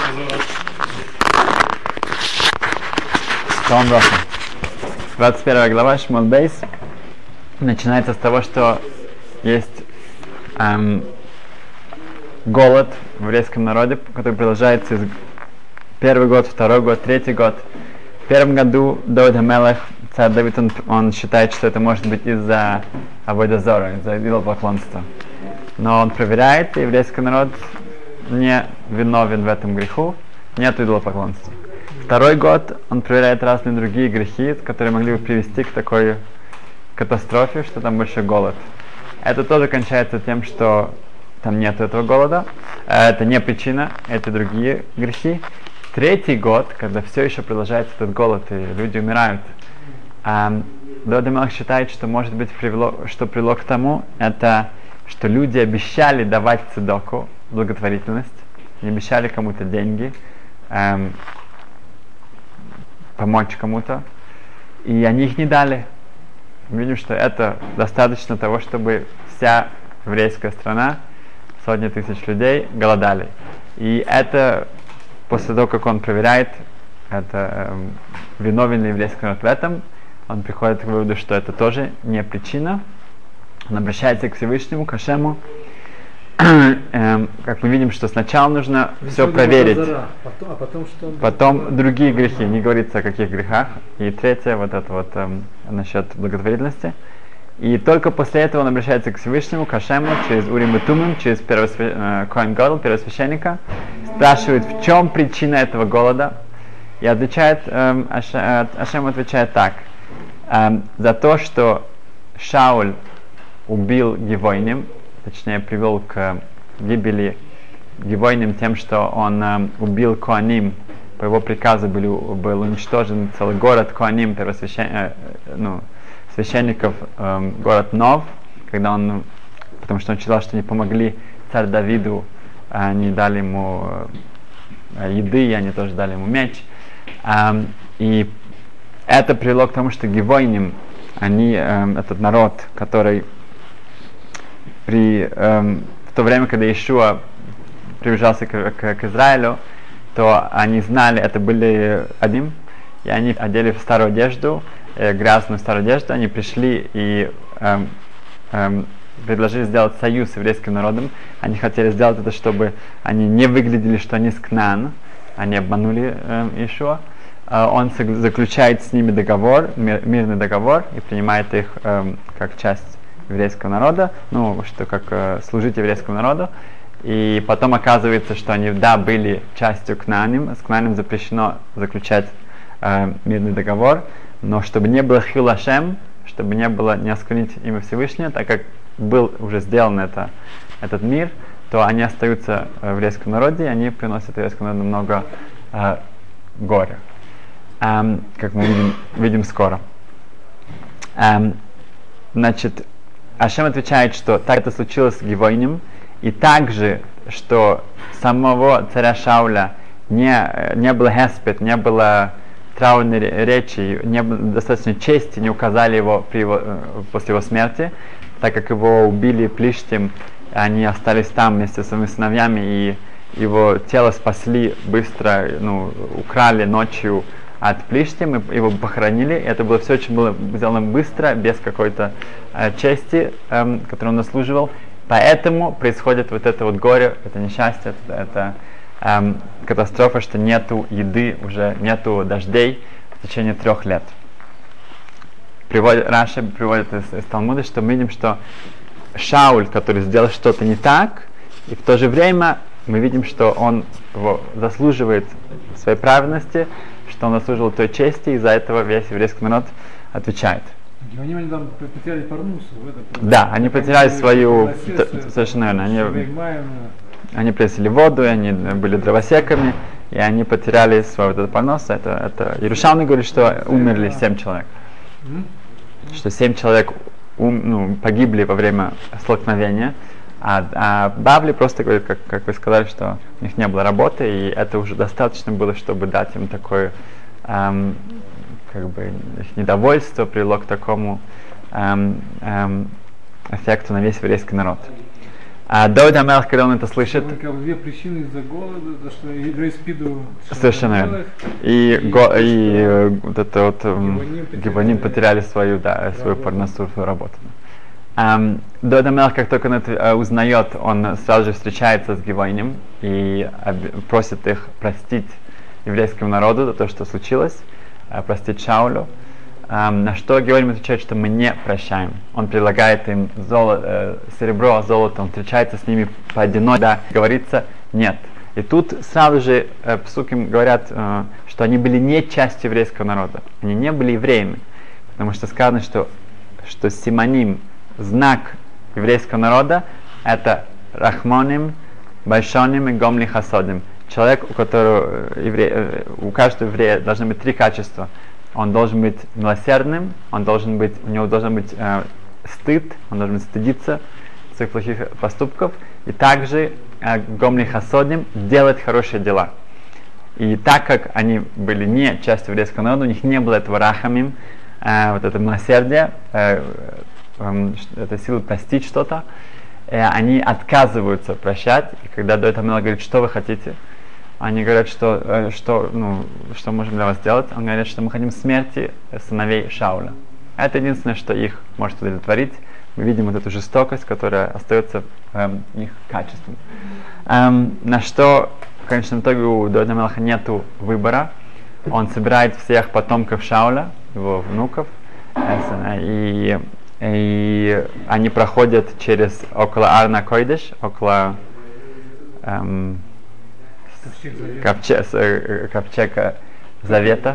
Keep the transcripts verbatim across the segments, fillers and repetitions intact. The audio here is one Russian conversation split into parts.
Шалом броха. двадцать первая глава Шмот Бейс начинается с того, что есть эм, голод в еврейском народе, который продолжается из первый год, второй год, третий год. В первом году Давид ха-Мелех, царь Давид, он, он считает, что это может быть из-за авойда зора, из-за идолопоклонства. Но он проверяет, и еврейский народ не виновен в этом греху, нет идолопоклонства. Второй год он проверяет разные другие грехи, которые могли бы привести к такой катастрофе, что там больше голод. Это тоже кончается тем, что там нет этого голода. Это не причина, это другие грехи. Третий год, когда все еще продолжается этот голод и люди умирают, Давид ха-Мелех считает, что может быть привело, что привело к тому, это что люди обещали давать цедоку, благотворительность, не обещали кому-то деньги, эм, помочь кому-то, и они их не дали. Мы видим, что это достаточно того, чтобы вся еврейская страна, сотни тысяч людей голодали. И это, после того, как он проверяет, это эм, виновен ли еврейский народ в этом, он приходит к выводу, что это тоже не причина. Он обращается к Всевышнему, к Ашему. эм, как мы видим, что сначала нужно Но все проверить, потом, а потом, что потом другие грехи, не говорится о каких грехах. И третье, вот это вот эм, насчет благотворительности. И только после этого он обращается к Всевышнему, к Ашему, через Урим и Тумим, через первосвя... э, Коэн Гадол, первосвященника, спрашивает, в чем причина этого голода. И отвечает, эм, Аш... Ашем отвечает так. Эм, за то, что Шауль убил Гивойним, точнее привел к гибели Гивойним тем, что он э, убил Коаним. По его приказу были, был уничтожен целый город Коаним, первосвящен... э, ну, священников, э, город Нов, когда он, потому что он считал, что они помогли царю Давиду, они дали ему э, еды, и они тоже дали ему меч. Э, и это привело к тому, что Гивойним, они, э, этот народ, который При, эм, в то время, когда Иешуа приближался к, к, к Израилю, то они знали, это были одним, и они одели в старую одежду, э, грязную старую одежду, они пришли и эм, эм, предложили сделать союз с еврейским народом. Они хотели сделать это, чтобы они не выглядели, что они с Кнаан, они обманули эм, Иешуа. Э, он заключает с ними договор, мир, мирный договор, и принимает их эм, как часть еврейского народа, ну, что как э, служить еврейскому народу, и потом оказывается, что они, да, были частью Кнааним, с Кнааним запрещено заключать э, мирный договор, но чтобы не было хил Ашем, чтобы не было, не осквернить имя Всевышнего, так как был уже сделан это, этот мир, то они остаются в еврейском народе, и они приносят еврейскому народу много э, горя, эм, как мы видим, видим скоро. Эм, значит, Ашем отвечает, что так это случилось с Гивойним, и также, что самого царя Шауля не, не было хеспет, не было траурной речи, не было достаточно чести, не указали его, при его после его смерти, так как его убили Плиштим, они остались там вместе с своими сыновьями, и его тело спасли быстро, ну, украли ночью от Плиштим, и его похоронили. Это было все очень было сделано быстро, без какой-то э, чести, э, которую он заслуживал. Поэтому происходит вот это вот горе, это несчастье, это, это э, катастрофа, что нету еды, уже нету дождей в течение трех лет. Приводит, Раши приводит из, из Талмуда, что мы видим, что Шауль, который сделал что-то не так, и в то же время мы видим, что он его заслуживает своей праведности, что он заслужил той чести, и из-за этого весь еврейский народ отвечает. Они, они там потеряли парнусу. Да, они потеряли свою... Т- совершенно верно. Они, они принесли воду, и они были дровосеками, и они потеряли свой вот этот парнус. Это, это... Иерушалми говорит, что умерли семь человек. Что семь человек ум, ну, погибли во время столкновения. А, а Бавли просто говорит, как, как вы сказали, что у них не было работы, и это уже достаточно было, чтобы дать им такое, эм, как бы, их недовольство привело к такому эм, эм, эффекту на весь еврейский народ. А Давид ха-Мелех, когда он это слышит, Как бы две причины из-за голода, то что евреи спиду. совершенно верно. И, И го, то, и что э, вот это вот эм, Гевоним потеряли Гевоним потеряли свою, да, свою работу. парносу, свою работу. Эм, Давид ха-Мелех, как только он это э, узнает, он сразу же встречается с Гевоним и об- просит их простить еврейскому народу за то, что случилось, э, простить Шаулю. Эм, на что Гевоним отвечает, что мы не прощаем. Он предлагает им золо, э, серебро, золото, он встречается с ними поодиночке, да, говорится нет. И тут сразу же э, псуким говорят, э, что они были не частью еврейского народа, они не были евреями, потому что сказано, что, что симоним, знак еврейского народа, это рахмоним, байшоним и гомли хасодим. Человек, у которого евре... у каждого еврея должны быть три качества. Он должен быть милосердным, он должен быть, у него должен быть э, стыд, он должен стыдиться своих плохих поступков, и также э, гомли хасодим делать хорошие дела. И так как они были не частью еврейского народа, у них не было этого рахамим, э, вот это милосердие, э, э, э, это сила простить что-то, э, они отказываются прощать. И когда Давид ха-Мелех говорит, что вы хотите, они говорят, что, э, что, ну, что можем для вас сделать. Он говорит, что мы хотим смерти сыновей Шауля. Это единственное, что их может удовлетворить. Мы видим вот эту жестокость, которая остается эм, их качеством. Эм, на что, в конечном итоге, у Давида ха-Мелеха нету выбора. Он собирает всех потомков Шауля, его внуков, э, и, и они проходят через около Арна Койдеш, около эм, ковчег, э, ковчега Завета.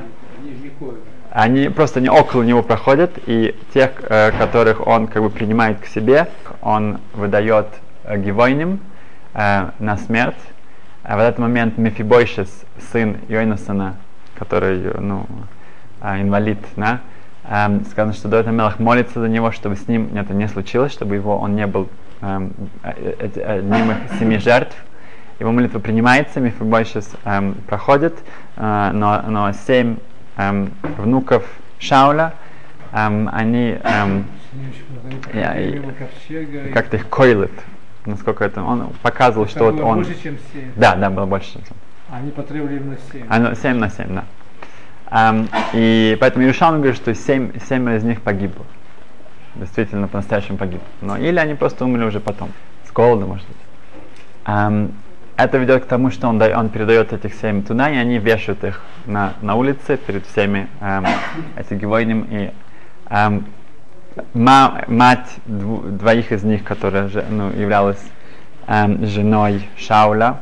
Они просто не около него проходят, и тех, э, которых он как бы принимает к себе, он выдает э, Гевоним э, на смерть. А в этот момент Мефибойшес, сын Йонасана, который ну, э, инвалид, да, э, сказано, что Давид ха-Мелех молится за него, чтобы с ним это не случилось, чтобы его он не был э, э, одним из семи жертв. Его молитва принимается, Мефибойшес э, проходит, э, но, но семь эм, внуков Шауля, эм, они эм, как-то их койлят, насколько это, он показывал, что вот он... больше, чем семь. Да, да, было больше, чем семь. Они потребовали именно семь. А, семь на семь, да. Эм, и поэтому Иерушалми говорит, что семь, семь из них погибло. Действительно, по-настоящему погибло. Но или они просто умерли уже потом, с голода, может быть. Эм, Это ведет к тому, что он, да, он передает этих семь туда, и они вешают их на, на улице перед всеми эм, этим гевойним. И эм, ма, мать дву, двоих из них, которая же, ну, являлась эм, женой Шауля,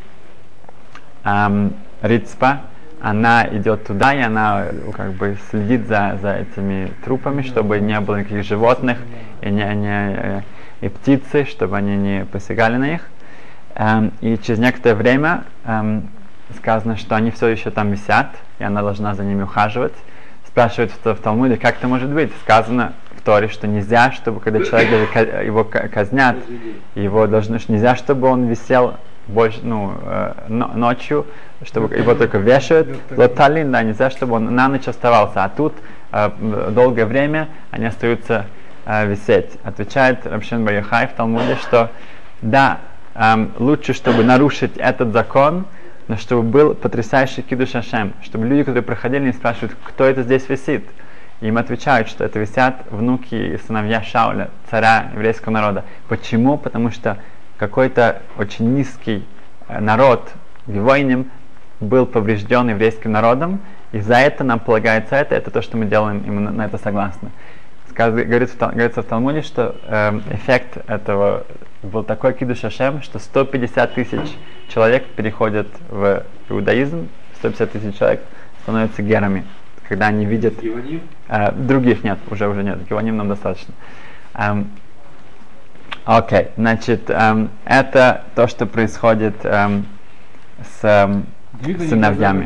эм, Рицпа, она идет туда, и она как бы следит за, за этими трупами, чтобы не было никаких животных и, не, не, и птицы, чтобы они не посягали на них. Um, и через некоторое время um, сказано, что они все еще там висят, и она должна за ними ухаживать. Спрашивают в, в Талмуде, как это может быть? Сказано в Торе, что нельзя, чтобы когда человек даже его казнят, его должны, нельзя, чтобы он висел больше, ну, э, ночью, чтобы его только вешают. Лоталин, да, нельзя, чтобы он на ночь оставался. А тут э, долгое время они остаются э, висеть. Отвечает Рав Шимон бар Йохай в Талмуде, что да, Um, лучше, чтобы нарушить этот закон, но чтобы был потрясающий кидуш Ашем, чтобы люди, которые проходили, не спрашивают, кто это здесь висит. И им отвечают, что это висят внуки и сыновья Шауля, царя еврейского народа. Почему? Потому что какой-то очень низкий народ, Гевойним, был поврежден еврейским народом, и за это нам полагается это, это то, что мы делаем, и мы на это согласны. Говорится, говорится в Талмуде, что э, эффект этого был такой кидуш Ашем, что сто пятьдесят тысяч человек переходят в иудаизм, сто пятьдесят тысяч человек становятся герами, когда они видят... Э, других нет, уже уже нет, гевоним нам достаточно. Эм, Окей, okay, значит, эм, это то, что происходит эм, с эм, сыновьями.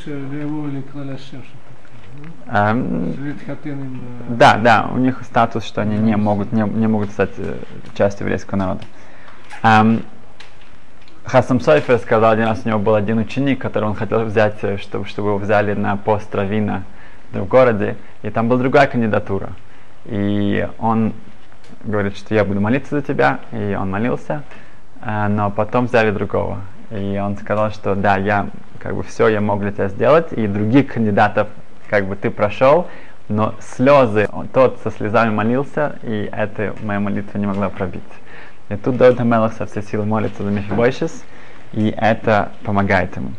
Um, да, да, у них статус, что они не могут, не, не могут стать э, частью еврейского народа. Um, Хасам Сойфер сказал, один раз у него был один ученик, который он хотел взять, чтобы, чтобы его взяли на пост раввина в городе, и там была другая кандидатура. И он говорит, что я буду молиться за тебя, и он молился, э, но потом взяли другого. И он сказал, что да, я как бы все, я мог для тебя сделать, и других кандидатов как бы ты прошел, но слезы, он, тот со слезами молился, и это моя молитва не могла пробить. И тут Давид ха-Мелех со всей силы молится за Мефибойшес, и это помогает ему.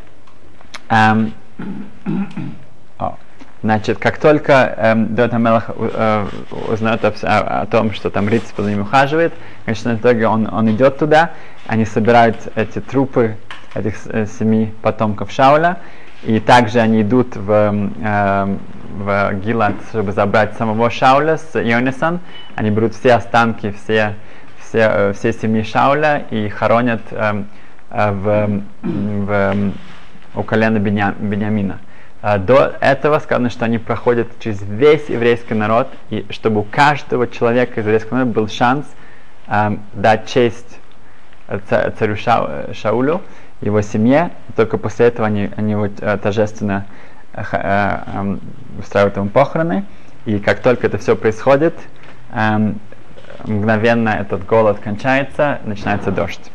Эм, о, значит, как только эм, Давид ха-Мелех э, узнает о, о, о том, что там Рицпа за ним ухаживает, конечно, в итоге он, он идет туда, они собирают эти трупы этих э, семи потомков Шауля, и также они идут в, э, в Гилад, чтобы забрать самого Шауля с Йонесан. Они берут все останки, все, все, э, все семьи Шауля и хоронят э, э, в, в, у колена Беня, Беньямина. Э, до этого сказано, что они проходят через весь еврейский народ, и чтобы у каждого человека из еврейского народа был шанс э, дать честь царю Ша, Шаулю, его семье, только после этого они, они вот, э, торжественно э, э, устраивают ему похороны, и как только это все происходит, э, мгновенно этот голод кончается, начинается дождь.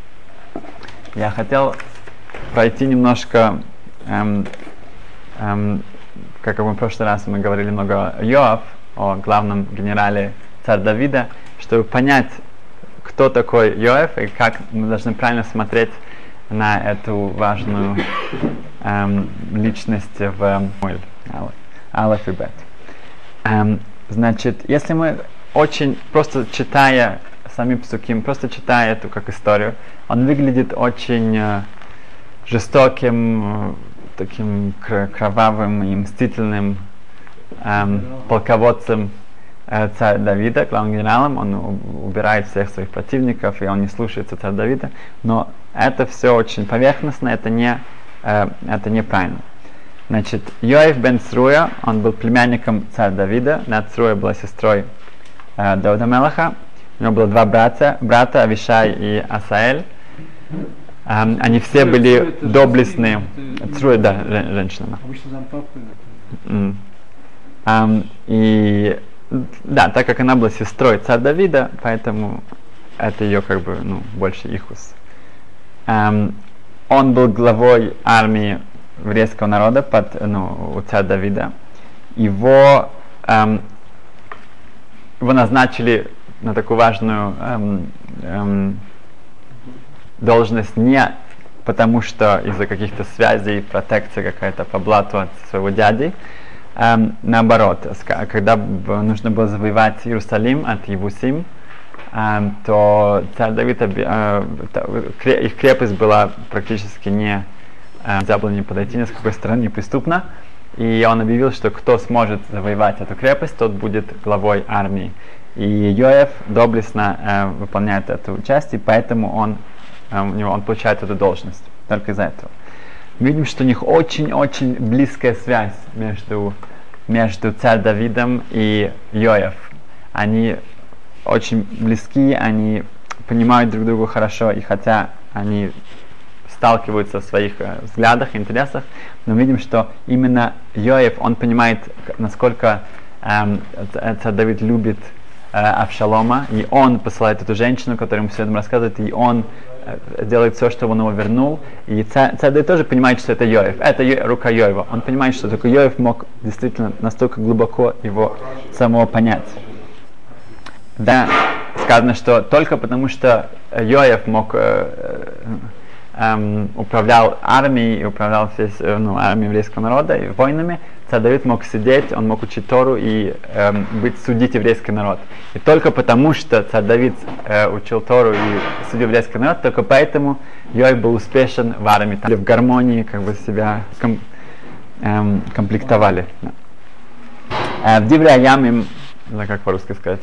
Я хотел пройти немножко, эм, эм, как мы в прошлый раз мы говорили много о Йоав, о главном генерале царя Давида, чтобы понять, кто такой Йоав и как мы должны правильно смотреть на эту важную эм, личность в Муэль, Алеф и Бет. Эм, значит, если мы очень, просто читая сами псуким, просто читая эту как историю, он выглядит очень э, жестоким, э, таким кр- кровавым и мстительным эм, полководцем э, царя Давида, главным генералом. Он у- убирает всех своих противников, и он не слушается царя Давида, но это все очень поверхностно, это не, э, это неправильно. Значит, Йоав бен Цруя, он был племянником царя Давида, Над Цруя была сестрой э, Давида ха-Мелеха. У него было два брата, брата Авишай и Асаэль. Эм, они все Цруя, были Цруя, это доблестные. женщина, Цруя, да, жен- женщина. Обычно там папы. Mm. Um, и да, так как она была сестрой царя Давида, поэтому это ее как бы, ну, больше ихус. Um, он был главой армии еврейского народа под, ну, у царя Давида. Его, um, его назначили на такую важную um, um, должность не потому, что из-за каких-то связей, протекции какая-то по блату от своего дяди. Эм, наоборот, когда нужно было завоевать Иерусалим от Евусим, эм, то царь Давид, э, их крепость была практически не, э, нельзя было не подойти ни с какой стороны, неприступна. И он объявил, что кто сможет завоевать эту крепость, тот будет главой армии. И Йоав доблестно э, выполняет эту часть, и поэтому он, э, у него, он получает эту должность. Только из-за этого. Мы видим, что у них очень-очень близкая связь между, между царем Давидом и Йоав. Они очень близки, они понимают друг друга хорошо, и хотя они сталкиваются в своих э, взглядах и интересах, но мы видим, что именно Йоав, он понимает, насколько э, царь Давид любит э, Авшалома, и он посылает эту женщину, которая ему все это рассказывает, и он делает все, чтобы он его вернул. И царь, царь Давид тоже понимает, что это Йоав. Это Йо, рука Йоава. Он понимает, что только Йоав мог действительно настолько глубоко его самого понять. Да, сказано, что только потому, что Йоав мог э, э, э, управлял армией и управлял всей, ну, армией еврейского народа и войнами, царь Давид мог сидеть, он мог учить Тору и э, быть, судить еврейский народ. И только потому, что царь Давид э, учил Тору и судил еврейский народ, только поэтому Йоав был успешен в армии, там, в гармонии как бы себя ком, эм, комплектовали. Да. Э, в Диврей Ямим, да, как по-русски сказать,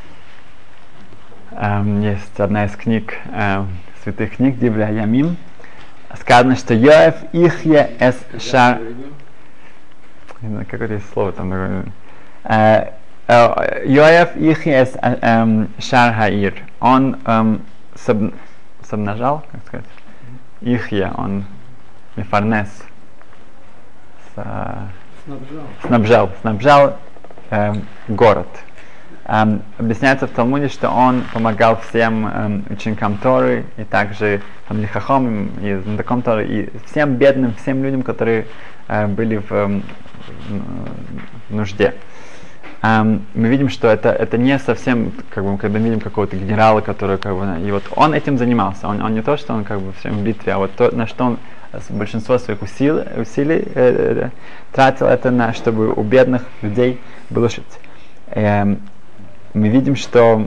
эм, есть одна из книг, э, святых книг, Диврей Ямим, сказано, что Йоав ихье эс шар. Какое-то есть слово там. Йоав ихьес шар хаир. Он собнажал, как сказать, ихье, он мефарнес. Снабжал. Снабжал, снабжал город. эм, объясняется в Талмуде, что он помогал всем эм, ученикам Торы, и также там, Хахомим, и знатокам Торы, и всем бедным, всем людям, которые э, были в, эм, в нужде. Um, мы видим, что это, это не совсем, как бы, когда мы видим какого-то генерала, который, как бы, и вот он этим занимался. Он, он не то, что он как бы все в битве, а вот то, на что он большинство своих усилий, усилий э, тратил, это на, чтобы у бедных людей было жить. Эм, мы видим, что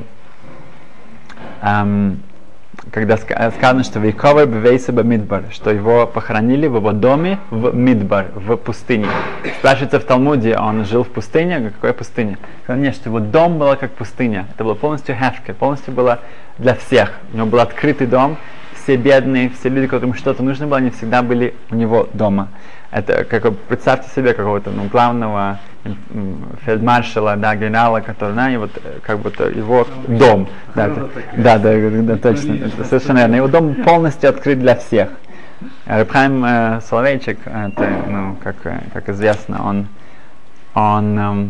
эм, когда сказано, что Вейковер бевейса Мидбар, что его похоронили в его доме в Мидбар, в пустыне. Спрашивается в Талмуде, он жил в пустыне, какой пустыне? Нет, что его дом был как пустыня. Это было полностью хефкер, полностью было для всех. У него был открытый дом, все бедные, все люди, которым что-то нужно было, они всегда были у него дома. Это как представьте себе какого-то ну, главного фельдмаршала, да, генерала, который, да, и вот как будто его дом. Да, это, да, да, да, да, точно, это совершенно верно. Его дом полностью открыт для всех. Реб Хаим э, Соловейчик, это, ну, как, как известно, он, он эм,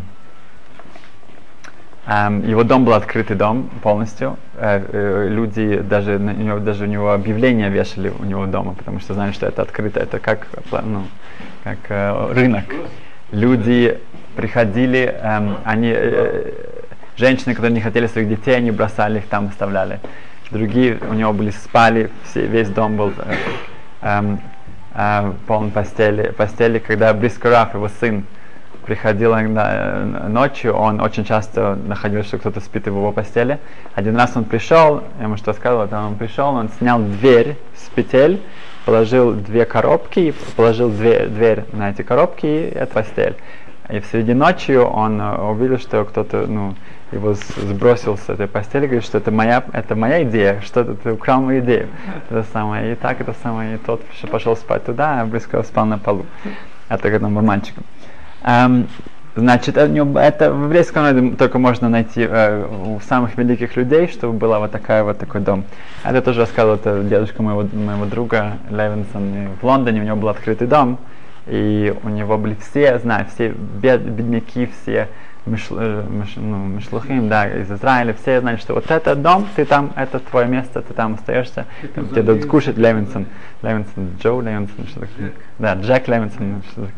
эм, его дом был открытый дом полностью. Э, э, люди даже, на, у него, даже у него объявления вешали у него дома, потому что знали, что это открыто, это как, ну, как э, рынок. Люди приходили, эм, они, э, женщины, которые не хотели своих детей, они бросали их там, оставляли. Другие у него были спали, все, весь дом был э, э, э, полон постели, постели. Когда Брискораф, его сын, приходил иногда, ночью, он очень часто находил, что кто-то спит в его постели. Один раз он пришел, я ему что сказал, он пришел, он снял дверь с петель, положил две коробки, положил две, дверь на эти коробки и эту постель. И в среди ночи он uh, увидел, что кто-то ну, его сбросил с этой постели, говорит, что это моя, это моя идея, что ты украл мою идею. Это самое. И так это самое, и тот пошел спать туда, а Брисков спал на полу. Это когда он был мальчиком. Um, значит, это в еврейском народе только можно найти uh, у самых великих людей, чтобы была вот такая вот такой дом. Это тоже рассказывал это дедушка моего, моего друга Левинсон в Лондоне, у него был открытый дом. И у него были все, знаю, все бед, бедняки, все мишл, миш, ну, мишлухим, да, из Израиля, все знали, что вот этот дом, ты там, это твое место, ты там остаешься, там, тебе дадут кушать. Левинсон, Левинсон, Джо Левинсон, что такое? Да, Джек Левинсон, что такое.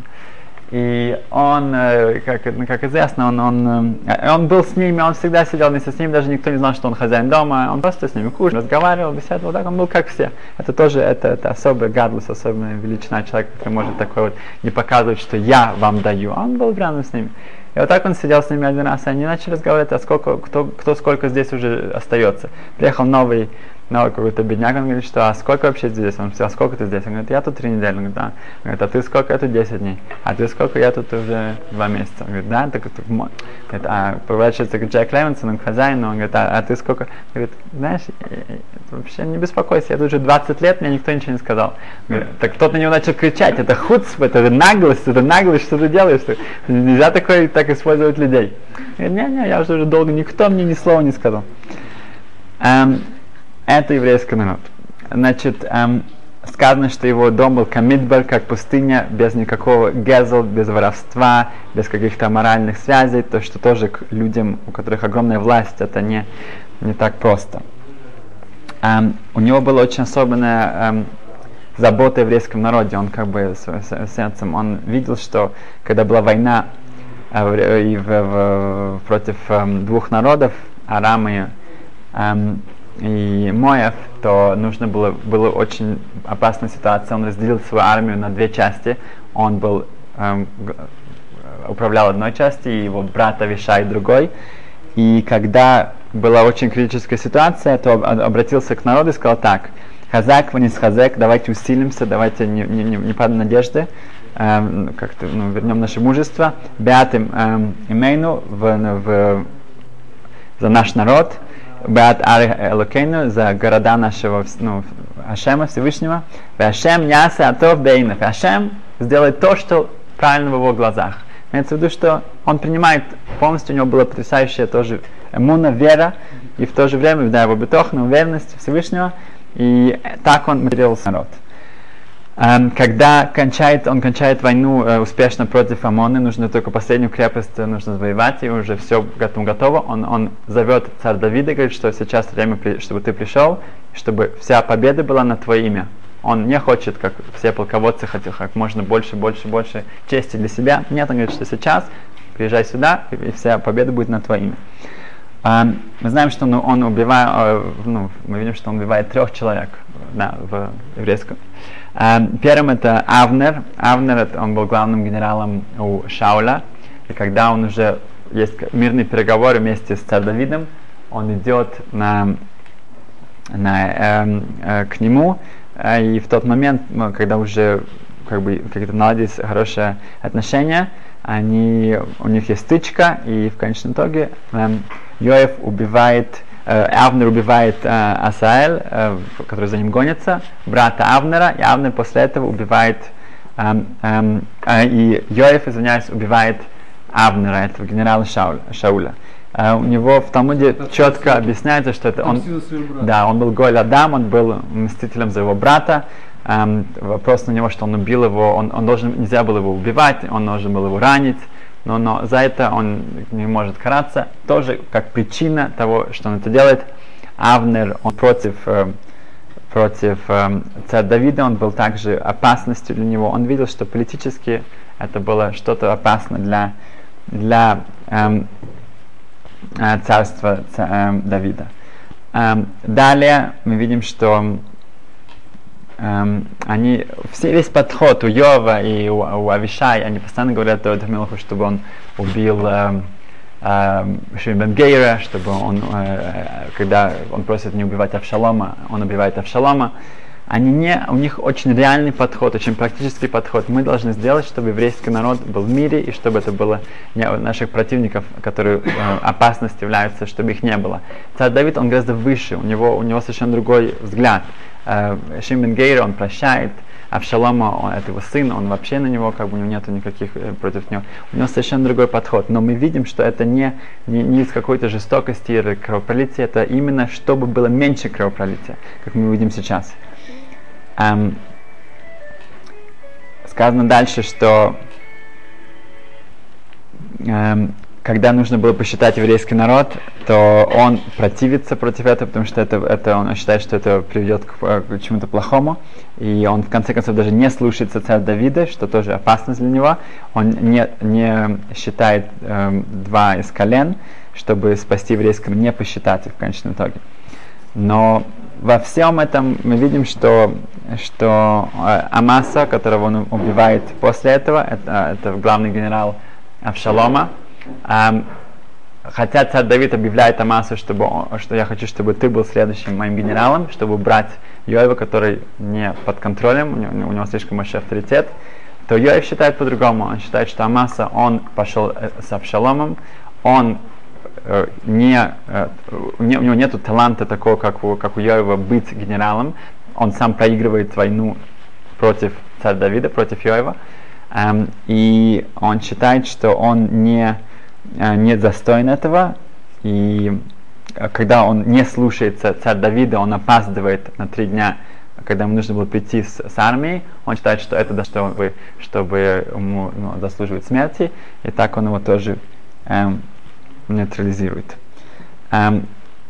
И он, как, как известно, он, он, он был с ними, он всегда сидел вместе с ними, даже никто не знал, что он хозяин дома, он просто с ними кушал, разговаривал, беседовал, так он был как все. Это тоже, это, это особый гадлус, особая величина человека, который может такой вот не показывать, что я вам даю, а он был рядом с ними. И вот так он сидел с ними один раз, и они начали разговаривать, а сколько, кто, кто сколько здесь уже остается. Приехал новый, новый какой-то бедняк, он говорит, что а сколько вообще здесь? Он говорит, а сколько ты здесь? Он говорит, я тут три недели. Он говорит, да. Он говорит, а ты сколько? Я тут десять дней. А ты сколько? Я тут уже два месяца. Он говорит, да, так, так, говорит, а поворачивается к Джек Левинсону, к хозяину, он говорит, а, а ты сколько? Он говорит, знаешь, вообще не беспокойся, я тут уже двадцать лет, мне никто ничего не сказал. Он говорит, так кто-то на него начал кричать, это хуцп, это наглость, это наглость, что ты делаешь? Нельзя такое, так использовать людей. Он говорит, не-не, я уже, уже долго, никто мне ни слова не сказал. Um, Это еврейский народ. Значит, эм, сказано, что его дом был камидбар, как пустыня, без никакого гезл, без воровства, без каких-то моральных связей, то, что тоже к людям, у которых огромная власть, это не, не так просто. Эм, у него была очень особенная эм, забота о еврейском народе, он как бы с, с, сердцем, он видел, что когда была война э, и в, в, против эм, двух народов, Арам и эм, и Моав, то нужно было, была очень опасная ситуация. Он разделил свою армию на две части. Он был, эм, управлял одной частью, и его брат Авишай другой. И когда была очень критическая ситуация, то обратился к народу и сказал так: Хазак, вниз хазак, давайте усилимся, давайте не, не, не падаем надежды, эм, как-то ну, вернем наше мужество. Беатим эм, имейну в, в, за наш народ. Беат Ари Элокейну, за города нашего ну, Ашема Всевышнего. Ашем Яса Атов Бейнов. Ашем сделает то, что правильно в его глазах. Имеется в виду, что он принимает полностью, у него была потрясающая тоже эмуна, вера, и в то же время, да, его бетох, но уверенность Всевышнего, и так он материалился народ. Эм, когда кончает, он кончает войну э, успешно против Амона, нужно только последнюю крепость, нужно завоевать, и уже все готово, готово. Он, он зовет царь Давида, говорит, что сейчас время, чтобы ты пришел, чтобы вся победа была на твое имя. Он не хочет, как все полководцы хотели, как можно больше, больше, больше чести для себя. Нет, он говорит, что сейчас приезжай сюда, и вся победа будет на твое имя. Uh, мы знаем, что он, он убивает, uh, ну, мы видим, что он убивает трех человек, да, в еврейском. Uh, первым это Авнер. Авнер, это, он был главным генералом у Шауля. И когда он уже есть мирные переговоры вместе с царем Давидом, он идет на, на, э, э, к нему. Э, и в тот момент, когда уже как бы, как-то наладились хорошие отношения, они, у них есть стычка, и в конечном итоге э, Йоав убивает, э, Авнер убивает э, Асаэль, э, который за ним гонится, брата Авнера, и Авнер после этого убивает, э, э, э, и Йоав, извиняюсь, убивает Авнера, этого генерала Шауля. Шауля. Э, у него в Талмуде это четко объясняется, что это он, да, он был Голь Адам, он был мстителем за его брата. Um, вопрос на него, что он убил его, он, он должен, нельзя было его убивать, он должен был его ранить, но, но за это он не может караться. Тоже как причина того, что он это делает, Авнер, он против, э, против э, царя Давида, он был также опасностью для него. Он видел, что политически это было что-то опасно для, для э, э, царства ца, э, Давида. Э, далее мы видим, что Um, они, все, весь подход у Йова и у, у Авишай, они постоянно говорят о Мелаху, чтобы он убил uh, uh, Шимон бен Гейра, чтобы он, uh, когда он просит не убивать Авшалома, он убивает Авшалома. Они не, у них очень реальный подход, очень практический подход. Мы должны сделать, чтобы еврейский народ был в мире, и чтобы это было не наших противников, которые uh, опасность являются, чтобы их не было. Царь Давид, он гораздо выше, у него, у него совершенно другой взгляд. Шимон бен Гейра, он прощает, Авшалома, он, это его сын, он вообще на него, как бы у него нет никаких э, против него. У него совершенно другой подход. Но мы видим, что это не, не, не из какой-то жестокости или кровопролития, это именно чтобы было меньше кровопролития, как мы видим сейчас. Эм, сказано дальше, что эм, когда нужно было посчитать еврейский народ, то он противится против этого, потому что это, это он считает, что это приведет к, к чему-то плохому. И он в конце концов даже не слушается царя Давида, что тоже опасность для него. Он не, не считает э, два из колен, чтобы спасти еврейского, не посчитать их в конечном итоге. Но во всем этом мы видим, что, что э, Амаса, которого он убивает после этого, это, это главный генерал Авшалома. Um, хотя царь Давид объявляет Амасу, чтобы он, что я хочу, чтобы ты был следующим моим генералом, чтобы убрать Йоава, который не под контролем, у него, у него слишком большой авторитет, то Йоав считает по-другому. Он считает, что Амаса, он пошел с Авшаломом, он э, не, э, не, у него нет таланта такого, как у, как у Йоава, быть генералом. Он сам проигрывает войну против царя Давида, против Йоава. Um, и он считает, что он не, uh, не достоин этого, и uh, когда он не слушается царя Давида, он опаздывает на три дня, когда ему нужно было прийти с, с армией, он считает, что это чтобы, чтобы ему ну, заслуживает смерти, и так он его тоже um, нейтрализирует. Um,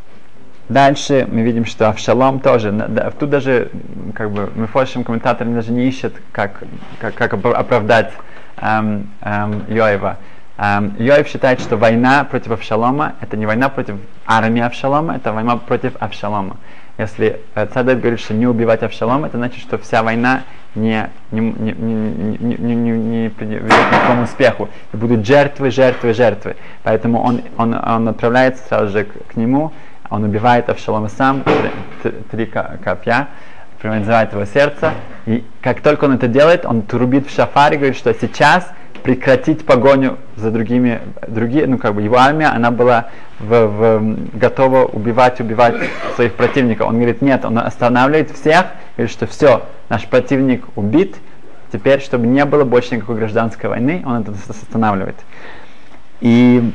Дальше мы видим, что Авшалом тоже, да, тут даже как бы мифошим комментаторы даже не ищут, как, как, как оправдать эм, эм, Йоава. Эм, Йоав считает, что война против Авшалома это не война против армии Авшалома, это война против Авшалома. Если э, царь Давид говорит, что не убивать Авшалома, это значит, что вся война не, не, не, не, не, не, не, не приведет к никакому успеху. И будут жертвы, жертвы, жертвы. Поэтому он, он, он отправляется сразу же к, к нему. Он убивает Авшалома сам, три, три копья, пронзает его сердце. И как только он это делает, он трубит в шафар и говорит, что сейчас прекратить погоню за другими, другие, ну как бы его армия, она была в, в, готова убивать, убивать своих противников. Он говорит, нет, он останавливает всех, говорит, что все, наш противник убит, теперь, чтобы не было больше никакой гражданской войны, он это останавливает. И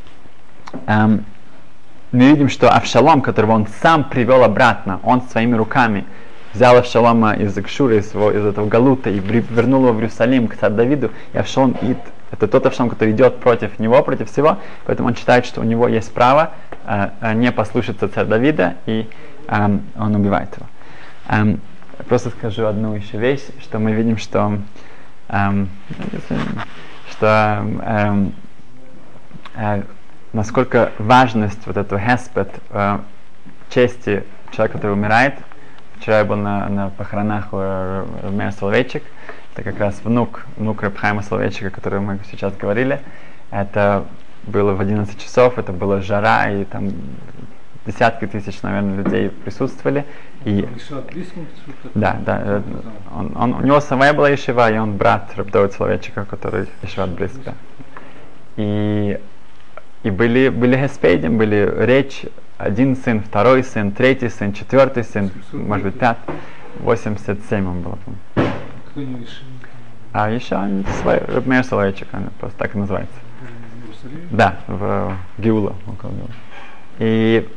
эм, мы видим, что Авшалом, которого он сам привел обратно, он своими руками взял Авшалома из Акшура, из, из этого Галута, и вернул его в Иерусалим к царю Давиду, и Авшалом Ид, это тот Авшалом, который идет против него, против всего, поэтому он считает, что у него есть право э, не послушаться царя Давида, и э, он убивает его. Эм, просто скажу одну еще вещь, что мы видим, что, эм, что эм, э, насколько важность вот этого хеспет, э, чести человека, который умирает. Вчера я был на, на похоронах у Рабмея Соловейчик. Это как раз внук, внук Раб Хаима Соловейчика, о котором мы сейчас говорили. Это было в одиннадцать часов, это была жара, и там десятки тысяч, наверное, людей присутствовали. И, да, да, он, он, у него самая была ешива, и он брат Рабдовида Соловейчика, который ешива близко. И, и были, были хеспейдим, были речь, один сын, второй сын, третий сын, четвертый сын, может быть, пятый, восемьдесят семь он был. Кто не решил? А еще свой Рабмея Соловейчик, он просто так и называется. Да, в Геула, около Геула. И,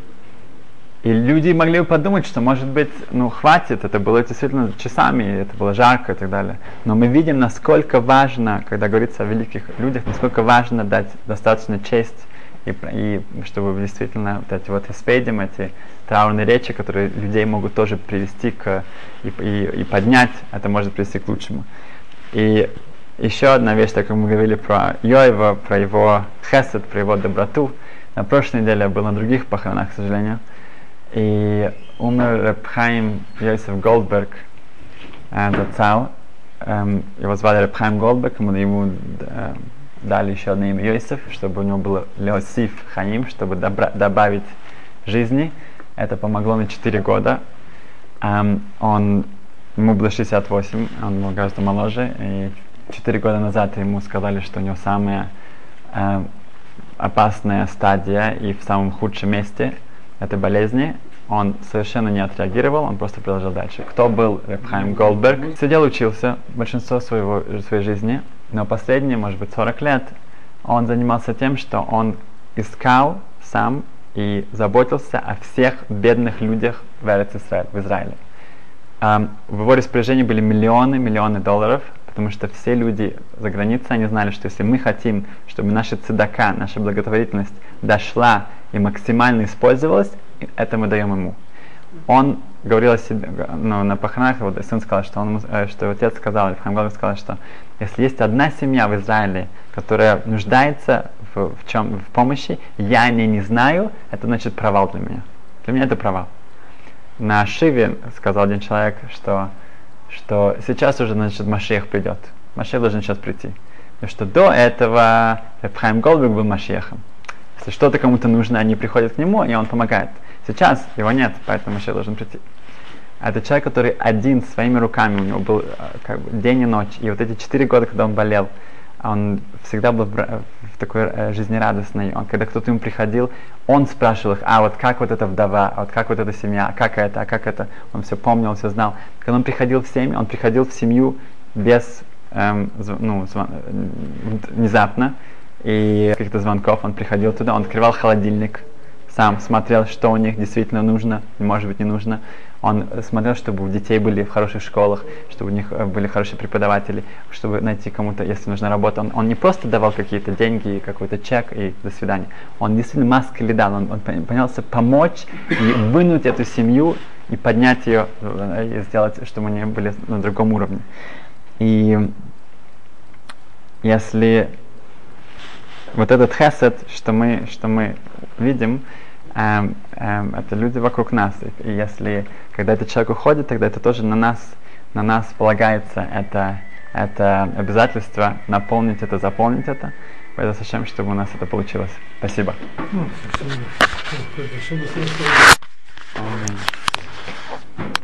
и люди могли бы подумать, что, может быть, ну, хватит, это было действительно часами, это было жарко и так далее. Но мы видим, насколько важно, когда говорится о великих людях, насколько важно дать достаточно честь, и, и чтобы действительно вот эти вот эспейдим, эти траурные речи, которые людей могут тоже привести к, и, и, и поднять, это может привести к лучшему. И еще одна вещь, так как мы говорили про Йоева, про его хесед, про его доброту. На прошлой неделе я был на других похоронах, к сожалению. И умер Раб Хаим Йосеф Голдберг, э, зацал. Эм, его звали Раб Хаим Голдберг, ему, ему э, дали еще одно имя Йосеф, чтобы у него было Леосиф Хаим, чтобы добра- добавить жизни. Это помогло на четыре года. Эм, он, ему было шестьдесят восемь, он был гораздо моложе. И четыре года назад ему сказали, что у него самая э, опасная стадия и в самом худшем месте этой болезни. Он совершенно не отреагировал, он просто продолжал дальше. Кто был Раб Хаим Голдберг? Сидел, учился большинство своего, своей жизни, но последние, может быть, сорок лет он занимался тем, что он искал сам и заботился о всех бедных людях в Эрец-Исраэль, в Израиле. Um, в его распоряжении были миллионы, миллионы долларов, потому что все люди за границей, они знали, что если мы хотим, чтобы наша цедака, наша благотворительность дошла и максимально использовалась, это мы даем ему. Он говорил о себе, ну, на похоронах, вот, сын сказал, что, он, что его отец сказал, Раб Хаим Голдберг сказал, что если есть одна семья в Израиле, которая нуждается в, в, чем, в помощи, я о ней не знаю, это значит провал для меня. Для меня это провал. На Шиве сказал один человек, что, что сейчас уже, значит, Машиах придет. Машиах должен сейчас прийти. И что до этого Раб Хаим Голдберг был Машиахом. Если что-то кому-то нужно, они приходят к нему, и он помогает. Сейчас его нет, поэтому Машиах должен прийти. Это человек, который один своими руками, у него был как бы день и ночь. И вот эти четыре года, когда он болел, он всегда был в, в такой э, жизнерадостной. Он, когда кто-то ему приходил, он спрашивал их, а вот как вот эта вдова, а вот как вот эта семья, а как это, а как это. Он все помнил, все знал. Когда он приходил в семью, он приходил в семью без, эм, зв, ну, звон, внезапно, и каких-то звонков. Он приходил туда, он открывал холодильник, сам смотрел, что у них действительно нужно, может быть, не нужно. Он смотрел, чтобы у детей были в хороших школах, чтобы у них были хорошие преподаватели, чтобы найти кому-то, если нужна работа. Он, он не просто давал какие-то деньги, какой-то чек и до свидания. Он действительно маской дал, он, он пытался помочь и вынуть эту семью и поднять ее, и сделать, чтобы они были на другом уровне. И если вот этот хесед, что мы, что мы видим, эм, эм, это люди вокруг нас. И если, когда этот человек уходит, тогда это тоже на нас, на нас полагается это, это обязательство наполнить это, заполнить это. Поэтому, чтобы у нас это получилось. Спасибо.